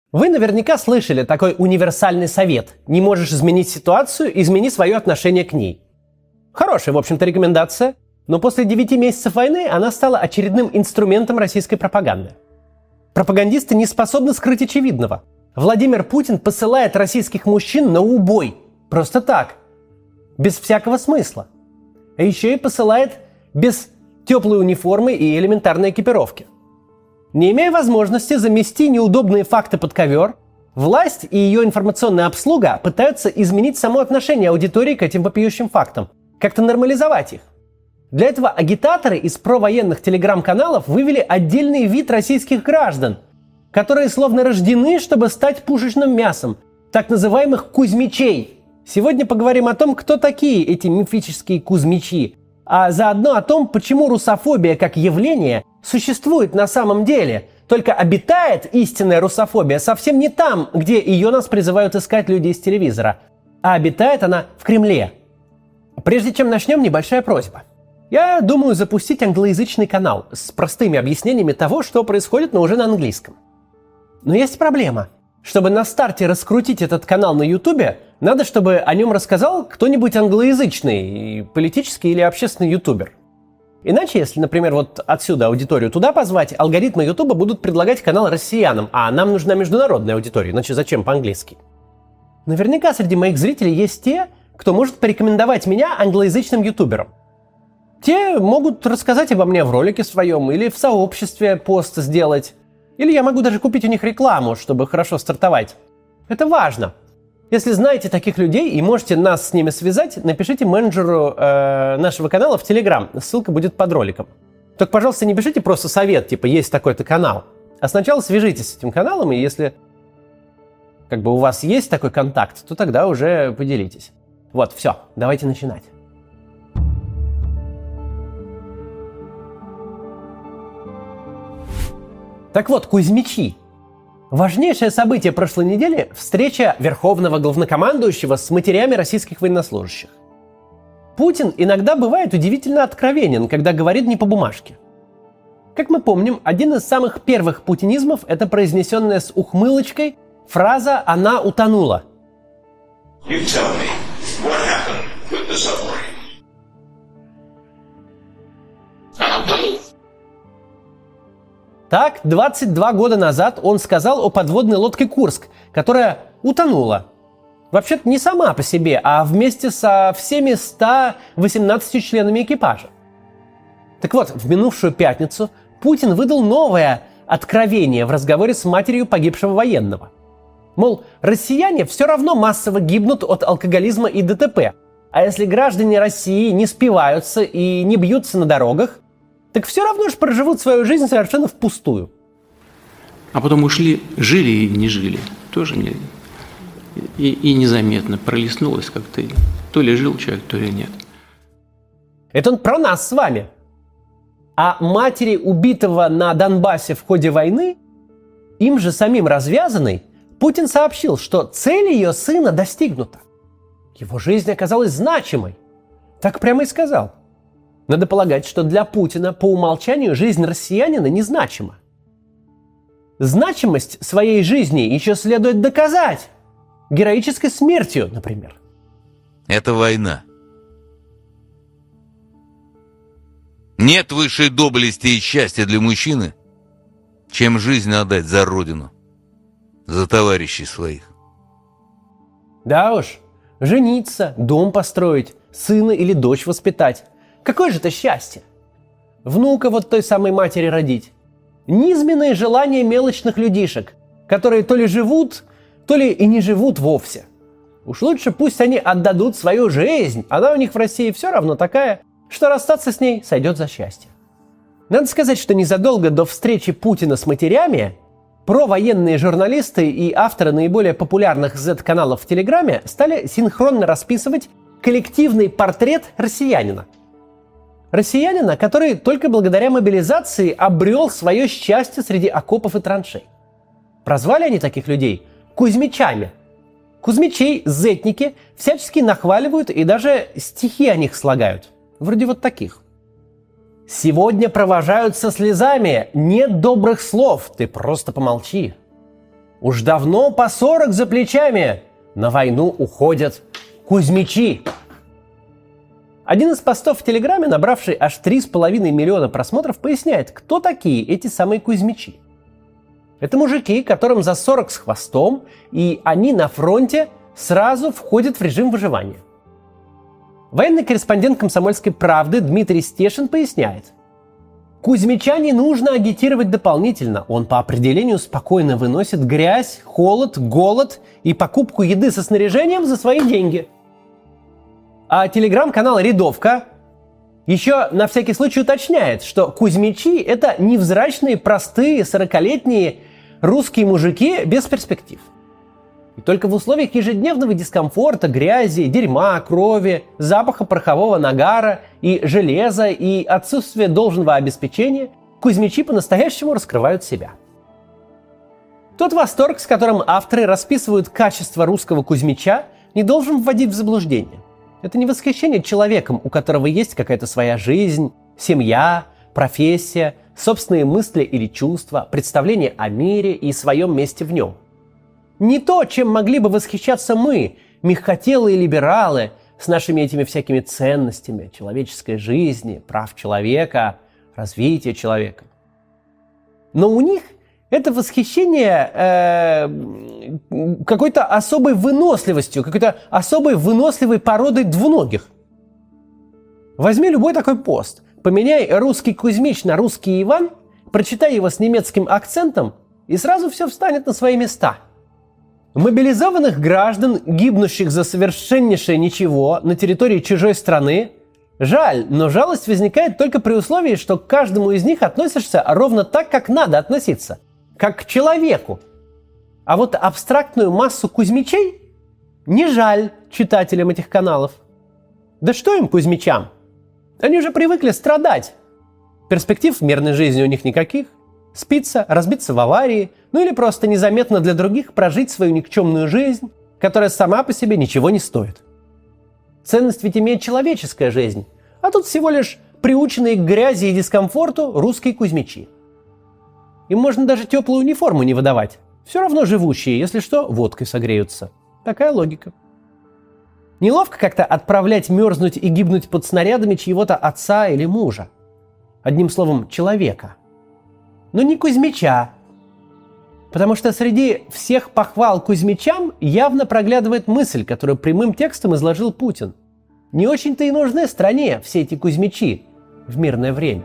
Вы наверняка слышали такой универсальный совет: не можешь изменить ситуацию, измени свое отношение к ней. Хорошая, в общем-то, рекомендация, но после 9 месяцев войны она стала очередным инструментом российской пропаганды. Пропагандисты не способны скрыть очевидного. Владимир Путин посылает российских мужчин на убой. Просто так. Без всякого смысла. А еще и посылает без теплой униформы и элементарной экипировки. Не имея возможности замести неудобные факты под ковер, власть и ее информационная обслуга пытаются изменить само отношение аудитории к этим вопиющим фактам, как-то нормализовать их. Для этого агитаторы из провоенных телеграм-каналов вывели отдельный вид российских граждан, которые словно рождены, чтобы стать пушечным мясом, так называемых кузьмичей. Сегодня поговорим о том, кто такие эти мифические кузьмичи, а заодно о том, почему русофобия как явление существует на самом деле, только обитает истинная русофобия совсем не там, где ее нас призывают искать люди из телевизора, а обитает она в Кремле. Прежде чем начнем, небольшая просьба. Я думаю запустить англоязычный канал с простыми объяснениями того, что происходит, но уже на английском. Но есть проблема. Чтобы на старте раскрутить этот канал на Ютубе, надо, чтобы о нем рассказал кто-нибудь англоязычный, политический или общественный ютубер. Иначе, если, например, вот отсюда аудиторию туда позвать, алгоритмы Ютуба будут предлагать канал россиянам, а нам нужна международная аудитория, иначе зачем по-английски? Наверняка среди моих зрителей есть те, кто может порекомендовать меня англоязычным ютуберам. Те могут рассказать обо мне в ролике своем или в сообществе пост сделать. Или я могу даже купить у них рекламу, чтобы хорошо стартовать. Это важно. Если знаете таких людей и можете нас с ними связать, напишите менеджеру нашего канала в Telegram. Ссылка будет под роликом. Только, пожалуйста, не пишите просто совет, типа есть такой-то канал. А сначала свяжитесь с этим каналом, и если у вас есть такой контакт, то тогда уже поделитесь. Вот, все, давайте начинать. Так вот, кузьмичи. Важнейшее событие прошлой недели – встреча верховного главнокомандующего с матерями российских военнослужащих. Путин иногда бывает удивительно откровенен, когда говорит не по бумажке. Как мы помним, один из самых первых путинизмов – это произнесенная с ухмылочкой фраза «она утонула». You tell me, what happened with the submarine? Так, 22 года назад он сказал о подводной лодке «Курск», которая утонула. Вообще-то не сама по себе, а вместе со всеми 118 членами экипажа. Так вот, в минувшую пятницу Путин выдал новое откровение в разговоре с матерью погибшего военного. Мол, россияне все равно массово гибнут от алкоголизма и ДТП, а если граждане России не спиваются и не бьются на дорогах, так все равно же проживут свою жизнь совершенно впустую. А потом ушли, жили и не жили. Тоже не, и незаметно пролистнулось как-то. То ли жил человек, то ли нет. Это он про нас с вами. А матери убитого на Донбассе в ходе войны, им же самим развязанной, Путин сообщил, что цель ее сына достигнута. Его жизнь оказалась значимой. Так прямо и сказал. Надо полагать, что для Путина по умолчанию жизнь россиянина незначима. Значимость своей жизни еще следует доказать. Героической смертью, например. Это война. Нет высшей доблести и счастья для мужчины, чем жизнь отдать за родину, за товарищей своих. Да уж, жениться, дом построить, сына или дочь воспитать. Какое же это счастье? Внука вот той самой матери родить. Низменное желание мелочных людишек, которые то ли живут, то ли и не живут вовсе. Уж лучше пусть они отдадут свою жизнь, она у них в России все равно такая, что расстаться с ней сойдет за счастье. Надо сказать, что незадолго до встречи Путина с матерями провоенные журналисты и авторы наиболее популярных Z-каналов в Телеграме стали синхронно расписывать коллективный портрет россиянина. Россиянина, который только благодаря мобилизации обрел свое счастье среди окопов и траншей. Прозвали они таких людей кузьмичами. Кузьмичей зетники всячески нахваливают и даже стихи о них слагают. Вроде вот таких. «Сегодня провожают со слезами, нет добрых слов, ты просто помолчи. Уж давно по 40 за плечами. На войну уходят кузьмичи. Один из постов в Телеграме, набравший аж 3,5 миллиона просмотров, поясняет, кто такие эти самые кузьмичи. Это мужики, которым за 40 с хвостом, и они на фронте сразу входят в режим выживания. Военный корреспондент «Комсомольской правды» Дмитрий Стешин поясняет. Кузьмича не нужно агитировать дополнительно. Он по определению спокойно выносит грязь, холод, голод и покупку еды со снаряжением за свои деньги. А телеграм-канал «Рядовка» еще на всякий случай уточняет, что кузьмичи – это невзрачные, простые, 40-летние русские мужики без перспектив. И только в условиях ежедневного дискомфорта, грязи, дерьма, крови, запаха порохового нагара и железа и отсутствия должного обеспечения кузьмичи по-настоящему раскрывают себя. Тот восторг, с которым авторы расписывают качество русского кузьмича, не должен вводить в заблуждение. Это не восхищение человеком, у которого есть какая-то своя жизнь, семья, профессия, собственные мысли или чувства, представление о мире и своем месте в нем. Не то, чем могли бы восхищаться мы, мягкотелые либералы, с нашими этими всякими ценностями человеческой жизни, прав человека, развития человека. Но у них это восхищение какой-то особой выносливостью, какой-то особой выносливой породой двуногих. Возьми любой такой пост, поменяй русский Кузьмич на русский Иван, прочитай его с немецким акцентом, и сразу все встанет на свои места. Мобилизованных граждан, гибнущих за совершеннейшее ничего на территории чужой страны, жаль, но жалость возникает только при условии, что к каждому из них относишься ровно так, как надо относиться, как к человеку. А вот абстрактную массу кузьмичей не жаль читателям этих каналов. Да что им, кузьмичам? Они уже привыкли страдать. Перспектив мирной жизни у них никаких. Спиться, разбиться в аварии, ну или просто незаметно для других прожить свою никчемную жизнь, которая сама по себе ничего не стоит. Ценность ведь имеет человеческая жизнь, а тут всего лишь приученные к грязи и дискомфорту русские кузьмичи. Им можно даже теплую униформу не выдавать. Все равно живущие, если что, водкой согреются. Такая логика. Неловко как-то отправлять мерзнуть и гибнуть под снарядами чьего-то отца или мужа. Одним словом, человека. Но не кузьмича. Потому что среди всех похвал кузьмичам явно проглядывает мысль, которую прямым текстом изложил Путин. Не очень-то и нужны стране все эти кузьмичи в мирное время.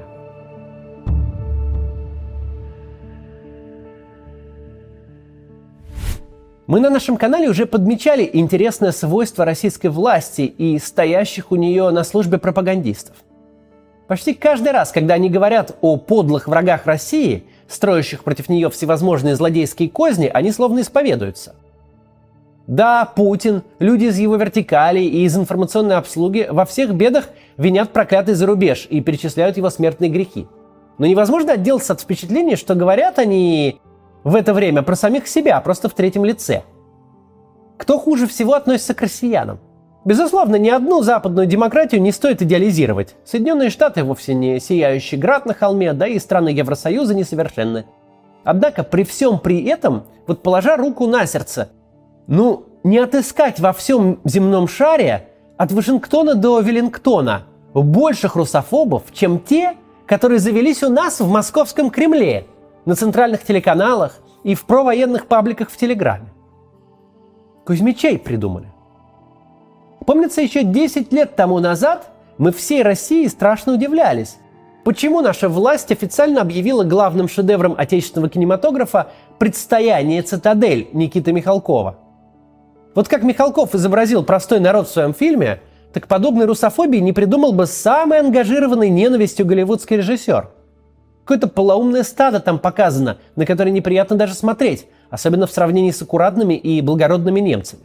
Мы на нашем канале уже подмечали интересное свойство российской власти и стоящих у нее на службе пропагандистов. Почти каждый раз, когда они говорят о подлых врагах России, строящих против нее всевозможные злодейские козни, они словно исповедуются. Да, Путин, люди из его вертикали и из информационной обслуги во всех бедах винят проклятый зарубеж и перечисляют его смертные грехи. Но невозможно отделаться от впечатления, что говорят они в это время про самих себя, просто в третьем лице. Кто хуже всего относится к россиянам? Безусловно, ни одну западную демократию не стоит идеализировать. Соединенные Штаты вовсе не сияющий град на холме, да и страны Евросоюза несовершенны. Однако при всем при этом, вот положа руку на сердце, не отыскать во всем земном шаре от Вашингтона до Веллингтона больших русофобов, чем те, которые завелись у нас в московском Кремле, на центральных телеканалах и в провоенных пабликах в Телеграме. Кузьмичей придумали. Помнится, еще 10 лет тому назад мы всей России страшно удивлялись, почему наша власть официально объявила главным шедевром отечественного кинематографа «Предстояние. Цитадель» Никиты Михалкова. Вот как Михалков изобразил простой народ в своем фильме, так подобной русофобии не придумал бы самый ангажированный ненавистью голливудский режиссер. Какое-то полоумное стадо там показано, на которое неприятно даже смотреть, особенно в сравнении с аккуратными и благородными немцами.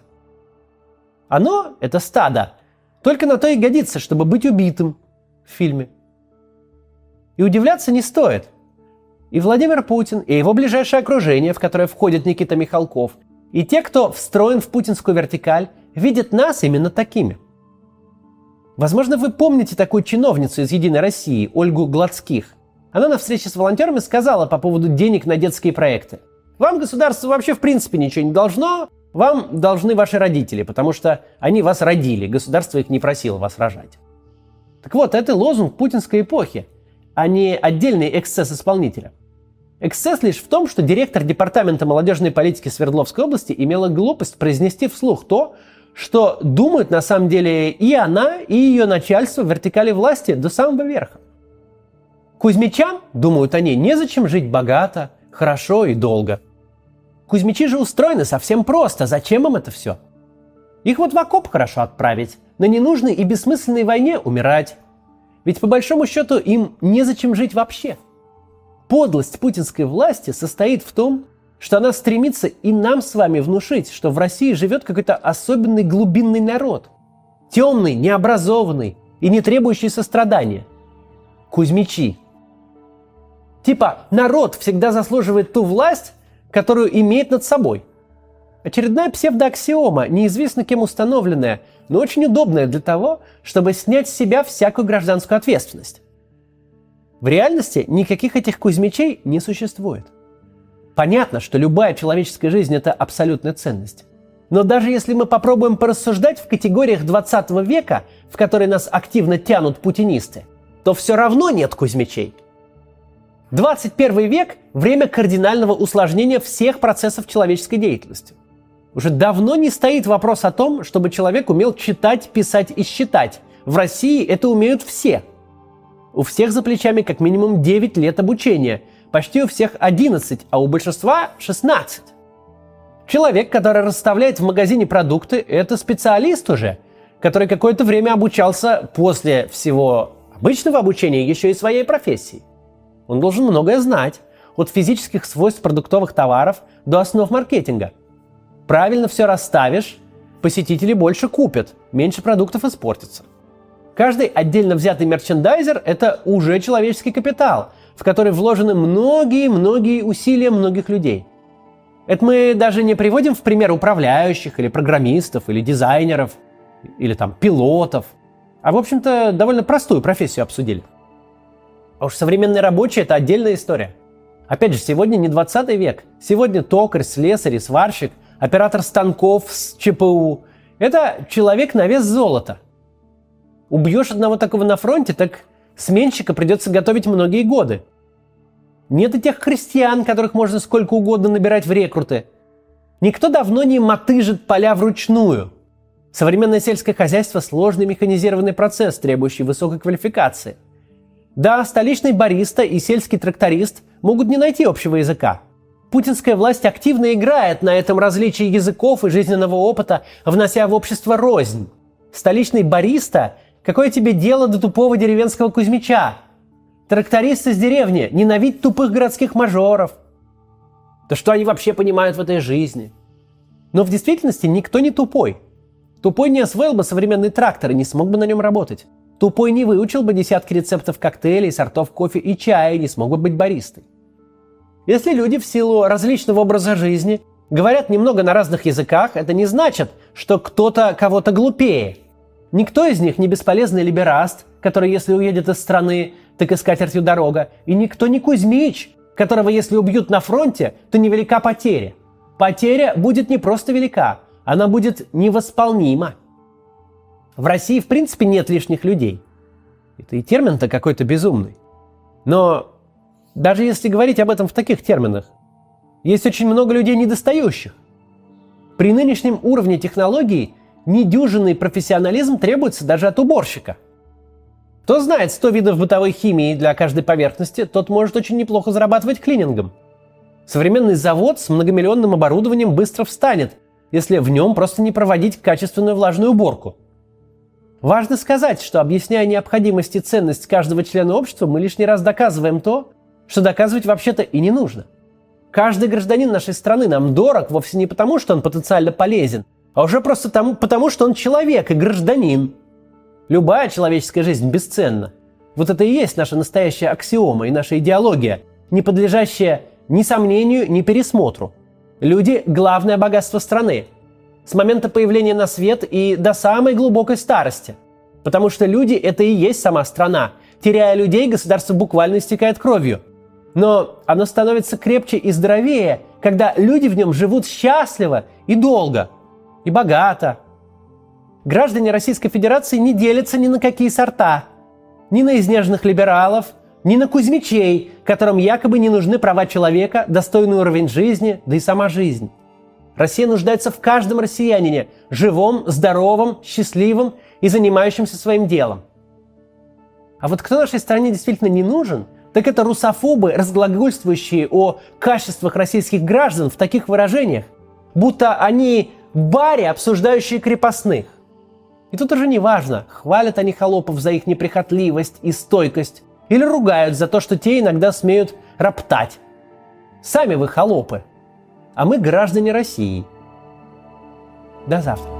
Оно, это стадо, только на то и годится, чтобы быть убитым в фильме. И удивляться не стоит. И Владимир Путин, и его ближайшее окружение, в которое входит Никита Михалков, и те, кто встроен в путинскую вертикаль, видят нас именно такими. Возможно, вы помните такую чиновницу из «Единой России» Ольгу Гладских. Она на встрече с волонтерами сказала по поводу денег на детские проекты. Вам государство вообще в принципе ничего не должно, вам должны ваши родители, потому что они вас родили, государство их не просило вас рожать. Так вот, это лозунг путинской эпохи, а не отдельный эксцесс исполнителя. Эксцесс лишь в том, что директор департамента молодежной политики Свердловской области имела глупость произнести вслух то, что думают на самом деле и она, и ее начальство в вертикали власти до самого верха. Кузьмичам, думают они, незачем жить богато, хорошо и долго. Кузьмичи же устроены совсем просто. Зачем им это все? Их вот в окоп хорошо отправить, на ненужной и бессмысленной войне умирать. Ведь по большому счету им незачем жить вообще. Подлость путинской власти состоит в том, что она стремится и нам с вами внушить, что в России живет какой-то особенный глубинный народ. Темный, необразованный и не требующий сострадания. Кузьмичи. Типа, народ всегда заслуживает ту власть, которую имеет над собой. Очередная псевдоаксиома, неизвестно кем установленная, но очень удобная для того, чтобы снять с себя всякую гражданскую ответственность. В реальности никаких этих Кузьмичей не существует. Понятно, что любая человеческая жизнь – это абсолютная ценность. Но даже если мы попробуем порассуждать в категориях 20 века, в которые нас активно тянут путинисты, то все равно нет Кузьмичей. 21 век – время кардинального усложнения всех процессов человеческой деятельности. Уже давно не стоит вопрос о том, чтобы человек умел читать, писать и считать. В России это умеют все. У всех за плечами как минимум 9 лет обучения, почти у всех 11, а у большинства 16. Человек, который расставляет в магазине продукты, это специалист уже, который какое-то время обучался после всего обычного обучения еще и своей профессии. Он должен многое знать, от физических свойств продуктовых товаров до основ маркетинга. Правильно все расставишь, посетители больше купят, меньше продуктов испортится. Каждый отдельно взятый мерчендайзер – это уже человеческий капитал, в который вложены многие-многие усилия многих людей. Это мы даже не приводим в пример управляющих, или программистов, или дизайнеров, или там пилотов, а в общем-то довольно простую профессию обсудили. А уж современные рабочие – это отдельная история. Опять же, сегодня не 20 век. Сегодня токарь, слесарь, сварщик, оператор станков с ЧПУ – это человек на вес золота. Убьешь одного такого на фронте, так сменщика придется готовить многие годы. Нет и тех крестьян, которых можно сколько угодно набирать в рекруты. Никто давно не мотыжит поля вручную. Современное сельское хозяйство – сложный механизированный процесс, требующий высокой квалификации. Да, столичный бариста и сельский тракторист могут не найти общего языка. Путинская власть активно играет на этом различии языков и жизненного опыта, внося в общество рознь. Столичный бариста – какое тебе дело до тупого деревенского Кузьмича? Тракторист из деревни ненавидит тупых городских мажоров. Да что они вообще понимают в этой жизни? Но в действительности никто не тупой. Тупой не освоил бы современный трактор и не смог бы на нем работать. Тупой не выучил бы десятки рецептов коктейлей, сортов кофе и чая и не смог бы быть баристой. Если люди в силу различного образа жизни говорят немного на разных языках, это не значит, что кто-то кого-то глупее. Никто из них не бесполезный либераст, который, если уедет из страны, так и с катертью дорога. И никто не Кузьмич, которого, если убьют на фронте, то невелика потеря. Потеря будет не просто велика, она будет невосполнима. В России, в принципе, нет лишних людей. Это и термин-то какой-то безумный. Но даже если говорить об этом в таких терминах, есть очень много людей недостающих. При нынешнем уровне технологий недюжинный профессионализм требуется даже от уборщика. Кто знает 100 видов бытовой химии для каждой поверхности, тот может очень неплохо зарабатывать клинингом. Современный завод с многомиллионным оборудованием быстро встанет, если в нем просто не проводить качественную влажную уборку. Важно сказать, что, объясняя необходимость и ценность каждого члена общества, мы лишний раз доказываем то, что доказывать вообще-то и не нужно. Каждый гражданин нашей страны нам дорог вовсе не потому, что он потенциально полезен, а уже просто потому, что он человек и гражданин. Любая человеческая жизнь бесценна. Вот это и есть наша настоящая аксиома и наша идеология, не подлежащая ни сомнению, ни пересмотру. Люди – главное богатство страны. С момента появления на свет и до самой глубокой старости. Потому что люди – это и есть сама страна. Теряя людей, государство буквально истекает кровью. Но оно становится крепче и здоровее, когда люди в нем живут счастливо и долго, и богато. Граждане Российской Федерации не делятся ни на какие сорта, ни на изнеженных либералов, ни на кузьмичей, которым якобы не нужны права человека, достойный уровень жизни, да и сама жизнь. Россия нуждается в каждом россиянине, живом, здоровом, счастливом и занимающемся своим делом. А вот кто нашей стране действительно не нужен, так это русофобы, разглагольствующие о качествах российских граждан в таких выражениях, будто они бари, обсуждающие крепостных. И тут уже не важно, хвалят они холопов за их неприхотливость и стойкость или ругают за то, что те иногда смеют роптать. Сами вы холопы, а мы граждане России. До завтра.